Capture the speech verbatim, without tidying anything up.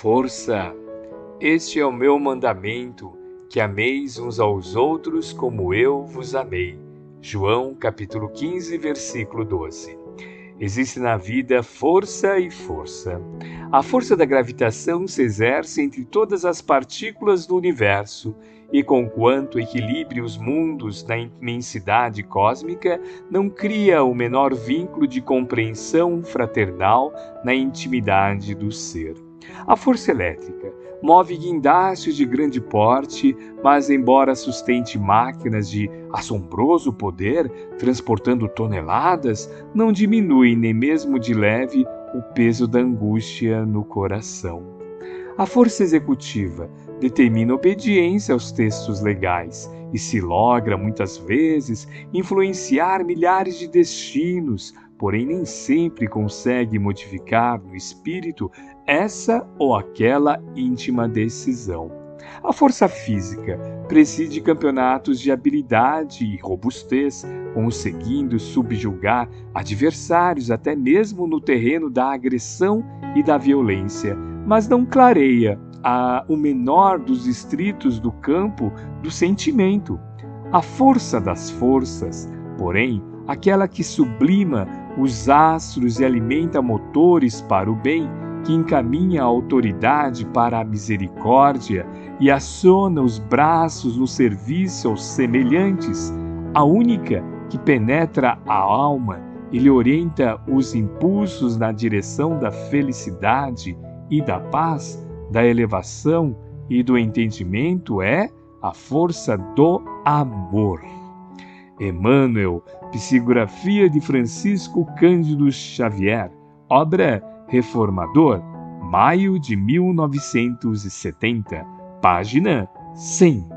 força. Este é o meu mandamento, que ameis uns aos outros como eu vos amei. João capítulo quinze, versículo doze. Existe na vida força e força. A força da gravitação se exerce entre todas as partículas do universo e, conquanto equilibre os mundos na imensidade cósmica, não cria o menor vínculo de compreensão fraternal na intimidade do ser. A força elétrica move guindastes de grande porte, mas embora sustente máquinas de assombroso poder, transportando toneladas, não diminui nem mesmo de leve o peso da angústia no coração. A força executiva determina obediência aos textos legais e se logra, muitas vezes, influenciar milhares de destinos, porém nem sempre consegue modificar no espírito essa ou aquela íntima decisão. A força física preside campeonatos de habilidade e robustez, conseguindo subjugar adversários até mesmo no terreno da agressão e da violência, mas não clareia a, o menor dos distritos do campo do sentimento. A força das forças, porém, aquela que sublima os astros e alimenta motores para o bem, que encaminha a autoridade para a misericórdia e aciona os braços no serviço aos semelhantes, a única que penetra a alma e lhe orienta os impulsos na direção da felicidade e da paz, da elevação e do entendimento é a força do amor. Emmanuel, psicografia de Francisco Cândido Xavier, obra Reformador, maio de mil novecentos e setenta, página cem.